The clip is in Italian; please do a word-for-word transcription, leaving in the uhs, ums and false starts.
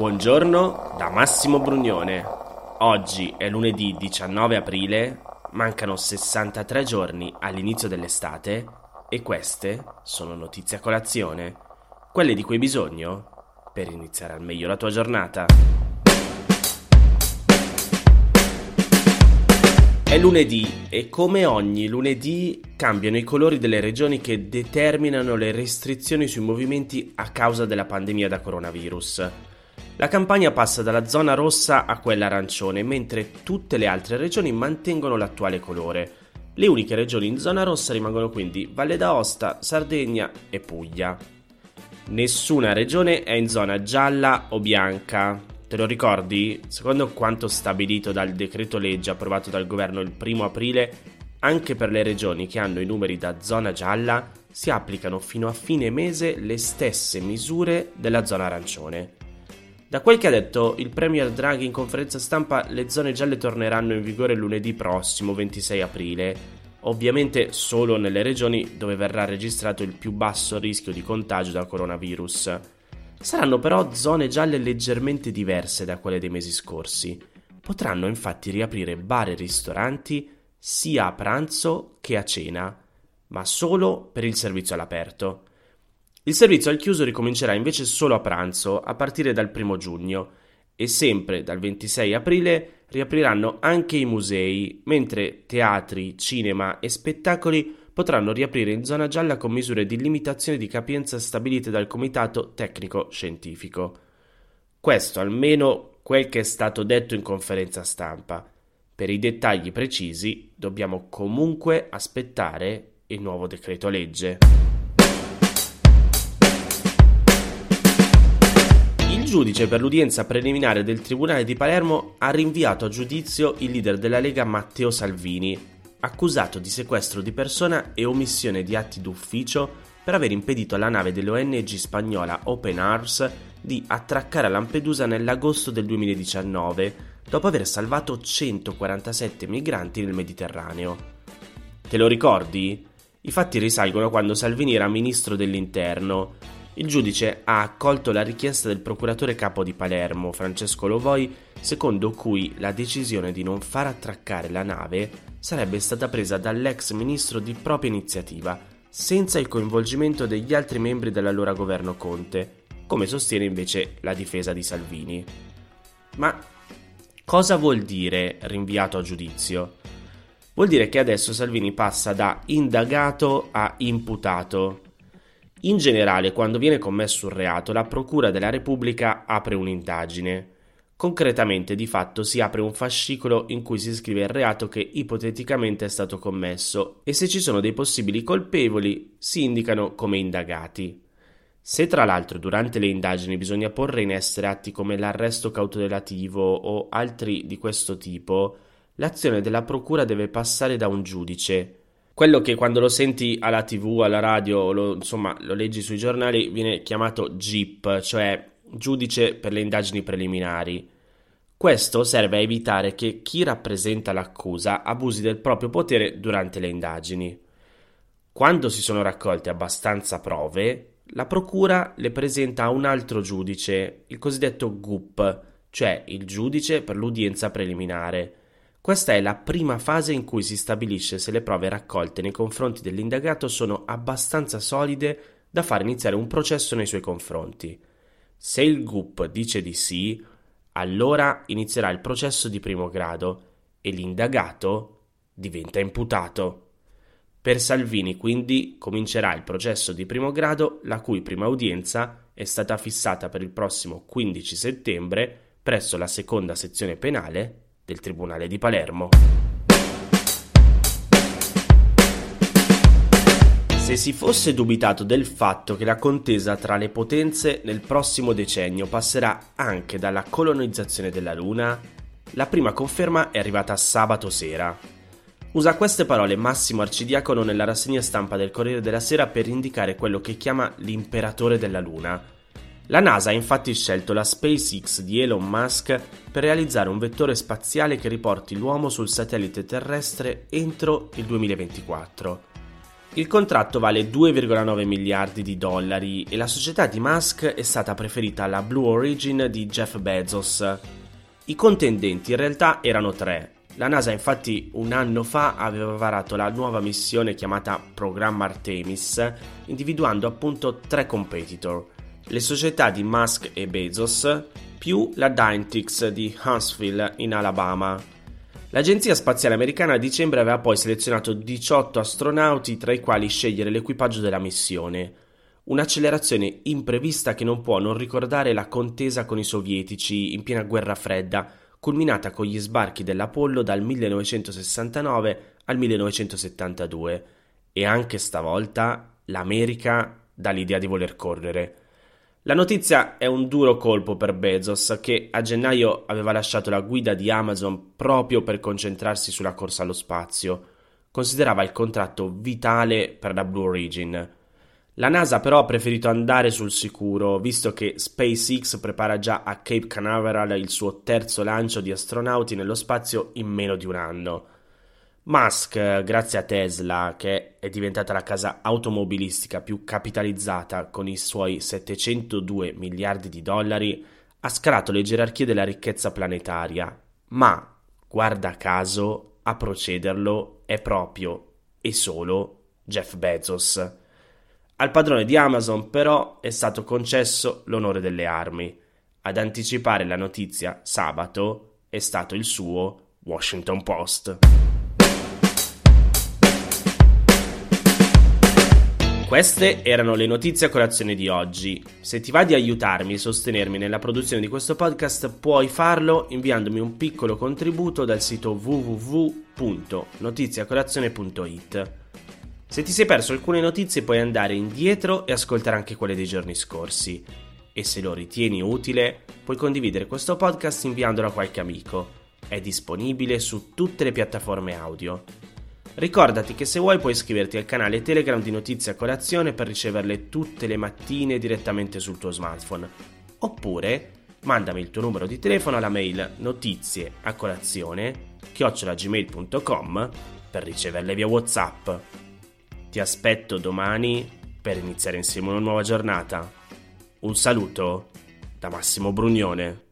Buongiorno da Massimo Brugnone. Oggi è lunedì diciannove aprile, mancano sessantatré giorni all'inizio dell'estate e queste sono notizie a colazione, quelle di cui hai bisogno per iniziare al meglio la tua giornata. È lunedì e come ogni lunedì cambiano i colori delle regioni che determinano le restrizioni sui movimenti a causa della pandemia da coronavirus. La Campania passa dalla zona rossa a quella arancione, mentre tutte le altre regioni mantengono l'attuale colore. Le uniche regioni in zona rossa rimangono quindi Valle d'Aosta, Sardegna e Puglia. Nessuna regione è in zona gialla o bianca. Te lo ricordi? Secondo quanto stabilito dal decreto legge approvato dal governo il primo aprile, anche per le regioni che hanno i numeri da zona gialla si applicano fino a fine mese le stesse misure della zona arancione. Da quel che ha detto il premier Draghi in conferenza stampa, le zone gialle torneranno in vigore lunedì prossimo, ventisei aprile, ovviamente solo nelle regioni dove verrà registrato il più basso rischio di contagio da coronavirus. Saranno però zone gialle leggermente diverse da quelle dei mesi scorsi. Potranno infatti riaprire bar e ristoranti sia a pranzo che a cena, ma solo per il servizio all'aperto. Il servizio al chiuso ricomincerà invece solo a pranzo a partire dal primo giugno e sempre dal ventisei aprile riapriranno anche i musei, mentre teatri, cinema e spettacoli potranno riaprire in zona gialla con misure di limitazione di capienza stabilite dal Comitato Tecnico Scientifico. Questo almeno quel che è stato detto in conferenza stampa. Per i dettagli precisi dobbiamo comunque aspettare il nuovo decreto legge. Il giudice per l'udienza preliminare del Tribunale di Palermo ha rinviato a giudizio il leader della Lega Matteo Salvini, accusato di sequestro di persona e omissione di atti d'ufficio per aver impedito alla nave dell'O N G spagnola Open Arms di attraccare a Lampedusa nell'agosto del duemiladiciannove, dopo aver salvato centoquarantasette migranti nel Mediterraneo. Te lo ricordi? I fatti risalgono a quando Salvini era ministro dell'Interno. Il giudice ha accolto la richiesta del procuratore capo di Palermo, Francesco Lovoi, secondo cui la decisione di non far attraccare la nave sarebbe stata presa dall'ex ministro di propria iniziativa, senza il coinvolgimento degli altri membri dell'allora governo Conte, come sostiene invece la difesa di Salvini. Ma cosa vuol dire rinviato a giudizio? Vuol dire che adesso Salvini passa da indagato a imputato. In generale, quando viene commesso un reato, la Procura della Repubblica apre un'indagine. Concretamente, di fatto, si apre un fascicolo in cui si scrive il reato che ipoteticamente è stato commesso e se ci sono dei possibili colpevoli si indicano come indagati. Se tra l'altro durante le indagini bisogna porre in essere atti come l'arresto cautelativo o altri di questo tipo, l'azione della Procura deve passare da un giudice. Quello che quando lo senti alla tivù, alla radio, o lo, insomma lo leggi sui giornali, viene chiamato G I P, cioè giudice per le indagini preliminari. Questo serve a evitare che chi rappresenta l'accusa abusi del proprio potere durante le indagini. Quando si sono raccolte abbastanza prove, la procura le presenta a un altro giudice, il cosiddetto G U P, cioè il giudice per l'udienza preliminare. Questa è la prima fase in cui si stabilisce se le prove raccolte nei confronti dell'indagato sono abbastanza solide da far iniziare un processo nei suoi confronti. Se il G U P dice di sì, allora inizierà il processo di primo grado e l'indagato diventa imputato. Per Salvini quindi comincerà il processo di primo grado, la cui prima udienza è stata fissata per il prossimo quindici settembre presso la seconda sezione penale del Tribunale di Palermo. Se si fosse dubitato del fatto che la contesa tra le potenze nel prossimo decennio passerà anche dalla colonizzazione della Luna, la prima conferma è arrivata sabato sera. Usa queste parole Massimo Arcidiacono nella rassegna stampa del Corriere della Sera per indicare quello che chiama l'imperatore della Luna. La NASA ha infatti scelto la SpaceX di Elon Musk per realizzare un vettore spaziale che riporti l'uomo sul satellite terrestre entro il duemilaventiquattro. Il contratto vale due virgola nove miliardi di dollari e la società di Musk è stata preferita alla Blue Origin di Jeff Bezos. I contendenti in realtà erano tre. La NASA infatti un anno fa aveva varato la nuova missione chiamata Programma Artemis, individuando appunto tre competitor, le società di Musk e Bezos, più la Dynetics di Huntsville in Alabama. L'Agenzia Spaziale Americana a dicembre aveva poi selezionato diciotto astronauti tra i quali scegliere l'equipaggio della missione. Un'accelerazione imprevista che non può non ricordare la contesa con i sovietici in piena guerra fredda, culminata con gli sbarchi dell'Apollo dal millenovecentosessantanove al millenovecentosettantadue. E anche stavolta l'America dà l'idea di voler correre. La notizia è un duro colpo per Bezos, che a gennaio aveva lasciato la guida di Amazon proprio per concentrarsi sulla corsa allo spazio. Considerava il contratto vitale per la Blue Origin. La NASA però ha preferito andare sul sicuro, visto che SpaceX prepara già a Cape Canaveral il suo terzo lancio di astronauti nello spazio in meno di un anno. Musk, grazie a Tesla, che è diventata la casa automobilistica più capitalizzata con i suoi settecentodue miliardi di dollari, ha scalato le gerarchie della ricchezza planetaria, ma, guarda caso, a procederlo è proprio e solo Jeff Bezos. Al padrone di Amazon, però, è stato concesso l'onore delle armi. Ad anticipare la notizia sabato è stato il suo Washington Post. Queste erano le notizie a colazione di oggi. Se ti va di aiutarmi e sostenermi nella produzione di questo podcast, puoi farlo inviandomi un piccolo contributo dal sito w w w punto notiziacolazione punto i t. Se ti sei perso alcune notizie puoi andare indietro e ascoltare anche quelle dei giorni scorsi. E se lo ritieni utile, puoi condividere questo podcast inviandolo a qualche amico. È disponibile su tutte le piattaforme audio. Ricordati che se vuoi puoi iscriverti al canale Telegram di Notizie a Colazione per riceverle tutte le mattine direttamente sul tuo smartphone. Oppure mandami il tuo numero di telefono alla mail notizieacolazione chiocciola gmail punto com per riceverle via WhatsApp. Ti aspetto domani per iniziare insieme una nuova giornata. Un saluto da Massimo Brugnone.